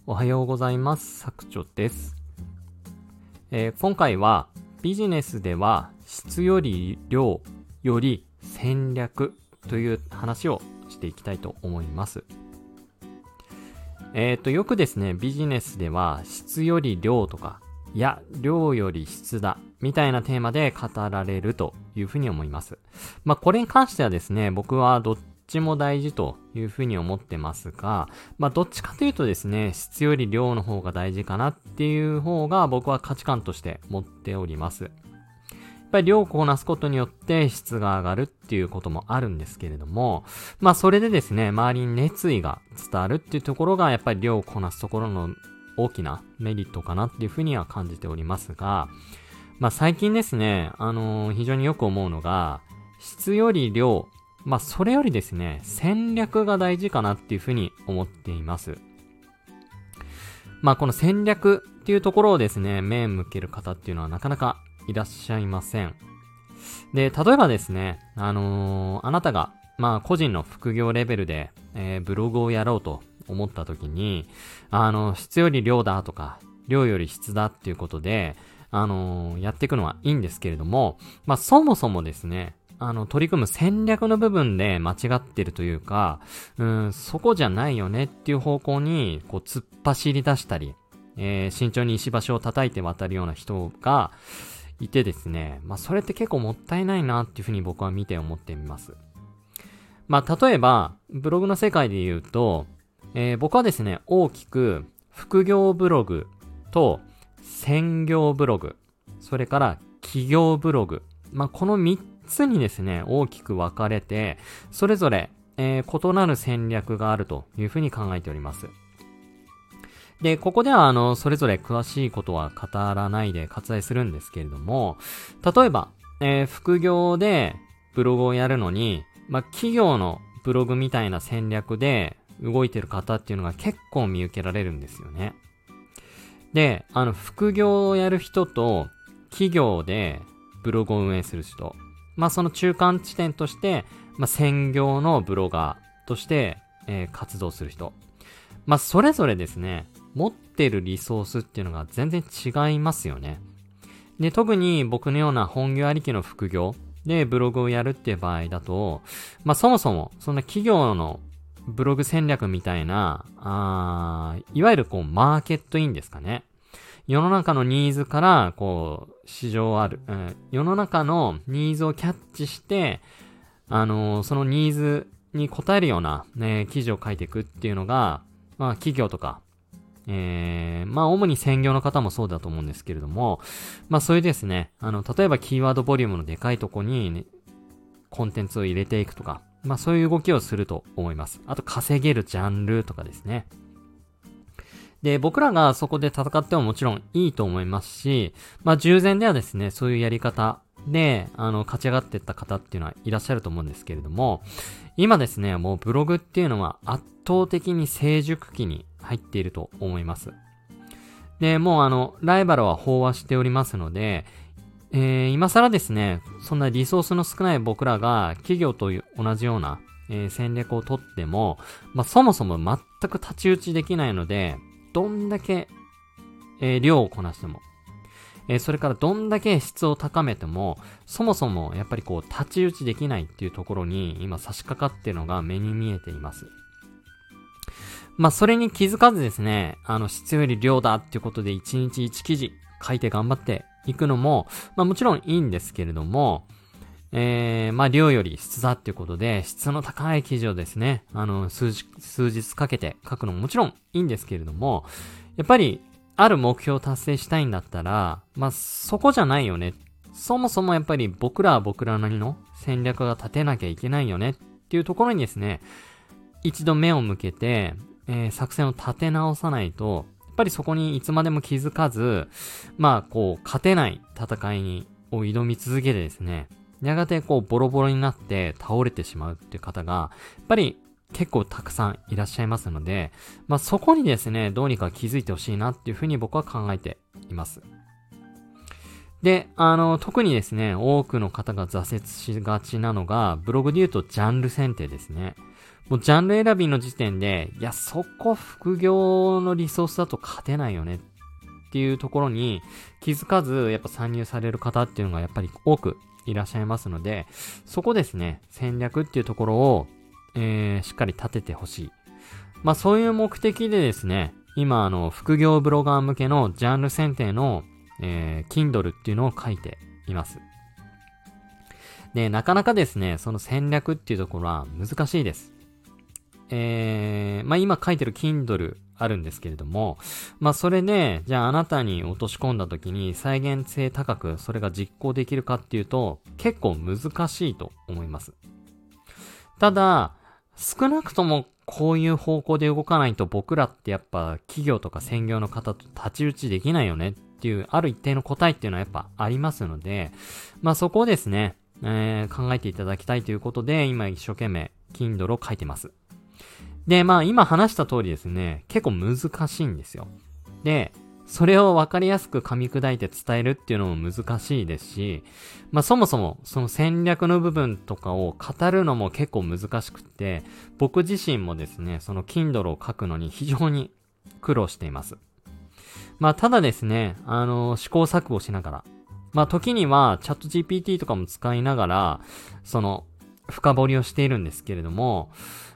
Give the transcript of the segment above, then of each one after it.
おはようございます。作長です。今回はビジネスでは質より量より戦略という話をしていきたいと思います。よくですね、ビジネスでは質より量とか、いや、量より質だみたいなテーマで語られるというふうに思います。これに関してはですね、僕はどっちも大事というふうに思ってますが、どっちかというとですね、質より量の方が大事かなっていう方が僕は価値観として持っております。やっぱり量をこなすことによって質が上がるっていうこともあるんですけれども、それでですね、周りに熱意が伝わるっていうところがやっぱり量をこなすところの大きなメリットかなっていうふうには感じておりますが、最近ですね、非常によく思うのが、質より量、それよりですね、戦略が大事かなっていうふうに思っています。この戦略っていうところをですね、目向ける方っていうのはなかなかいらっしゃいません。で、例えばですね、あなたが、個人の副業レベルで、ブログをやろうと思った時に、質より量だとか、量より質だっていうことで、やっていくのはいいんですけれども、そもそもですね、取り組む戦略の部分で間違ってるというか、そこじゃないよねっていう方向に、突っ走り出したり、慎重に石橋を叩いて渡るような人がいてですね、それって結構もったいないなっていうふうに僕は見て思ってみます。例えば、ブログの世界で言うと、僕はですね、大きく副業ブログと専業ブログ、それから企業ブログ、この3つにですね、大きく分かれて、それぞれ、異なる戦略があるというふうに考えております。で、ここではそれぞれ詳しいことは語らないで割愛するんですけれども、例えば、副業でブログをやるのに、企業のブログみたいな戦略で動いてる方っていうのが結構見受けられるんですよね。で、副業をやる人と企業でブログを運営する人、その中間地点として、専業のブロガーとして、活動する人。それぞれですね、持ってるリソースっていうのが全然違いますよね。で、特に僕のような本業ありきの副業でブログをやるっていう場合だと、そもそも、そんな企業のブログ戦略みたいな、いわゆるマーケットインですかね。世の中のニーズから、市場ある、世の中のニーズをキャッチして、そのニーズに応えるような、記事を書いていくっていうのが、企業とか、主に専業の方もそうだと思うんですけれども、そういうですね、例えばキーワードボリュームのでかいとこに、ね、コンテンツを入れていくとか、そういう動きをすると思います。あと稼げるジャンルとかですね。で、僕らがそこで戦ってももちろんいいと思いますし、従前ではですね、そういうやり方で、勝ち上がっていった方っていうのはいらっしゃると思うんですけれども、今ですね、もうブログっていうのは圧倒的に成熟期に入っていると思います。で、もうライバルは飽和しておりますので、今更ですね、そんなリソースの少ない僕らが企業と同じような、戦略をとっても、そもそも全く太刀打ちできないので、どんだけ、量をこなしても、それからどんだけ質を高めても、そもそもやっぱり太刀打ちできないっていうところに今差し掛かっているのが目に見えています。それに気づかずですね、質より量だっていうことで1日1記事書いて頑張っていくのも、もちろんいいんですけれども、量より質だっていうことで、質の高い記事をですね、数日かけて書くのももちろんいいんですけれども、やっぱり、ある目標を達成したいんだったら、そこじゃないよね。そもそもやっぱり僕らは僕らなりの戦略が立てなきゃいけないよねっていうところにですね、一度目を向けて、作戦を立て直さないと、やっぱりそこにいつまでも気づかず、勝てない戦いを挑み続けてですね、やがてボロボロになって倒れてしまうっていう方が、やっぱり結構たくさんいらっしゃいますので、そこにですね、どうにか気づいてほしいなっていうふうに僕は考えています。 で、特にですね、多くの方が挫折しがちなのが、ブログで言うとジャンル選定ですね。もうジャンル選びの時点で、いや、そこ副業のリソースだと勝てないよねっていうところに気づかず、やっぱ参入される方っていうのがやっぱり多くいらっしゃいますので、そこですね、戦略っていうところを、しっかり立ててほしい。まあそういう目的でですね、今副業ブロガー向けのジャンル選定の、Kindle っていうのを書いています。で、なかなかですね、その戦略っていうところは難しいです。まあ今書いてる Kindle あるんですけれども、まあそれで、じゃああなたに落とし込んだ時に再現性高くそれが実行できるかっていうと、結構難しいと思います。ただ、少なくともこういう方向で動かないと僕らってやっぱ企業とか専業の方と太刀打ちできないよねっていうある一定の答えっていうのはやっぱありますので、まあそこをですね、考えていただきたいということで今一生懸命 Kindle を書いてます。で、まあ今話した通りですね、結構難しいんですよ。で、それを分かりやすく噛み砕いて伝えるっていうのも難しいですし、まあそもそもその戦略の部分とかを語るのも結構難しくって、僕自身もですね、その Kindle を書くのに非常に苦労しています。まあただですね、試行錯誤しながら、まあ時にはチャット GPT とかも使いながら、その深掘りをしているんですけれども、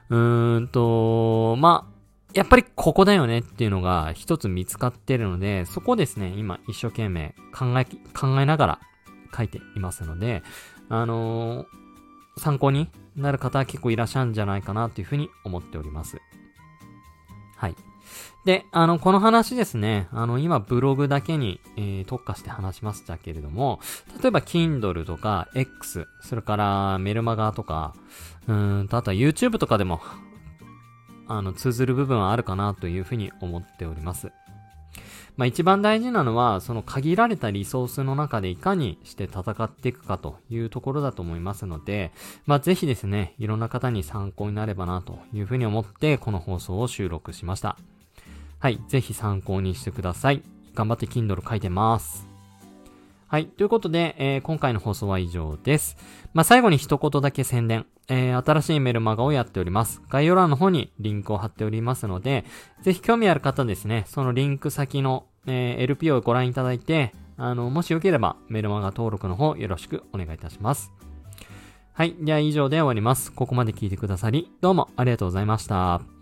まあ、やっぱりここだよねっていうのが一つ見つかっているので、そこをですね、今一生懸命考えながら書いていますので、参考になる方は結構いらっしゃるんじゃないかなというふうに思っております。はい。で、この話ですね、今ブログだけに、特化して話しましたけれども、例えば Kindle とか X、それからメルマガとか、あとは YouTube とかでも、通ずる部分はあるかなというふうに思っております。まあ一番大事なのは、その限られたリソースの中でいかにして戦っていくかというところだと思いますので、まあぜひですね、いろんな方に参考になればなというふうに思って、この放送を収録しました。はい、ぜひ参考にしてください。頑張って Kindle 書いてます。はい。ということで、今回の放送は以上です。まあ、最後に一言だけ宣伝。新しいメルマガをやっております。概要欄の方にリンクを貼っておりますので、ぜひ興味ある方ですね、そのリンク先の、LP をご覧いただいて、もしよければメルマガ登録の方よろしくお願いいたします。はい。では以上で終わります。ここまで聞いてくださり、どうもありがとうございました。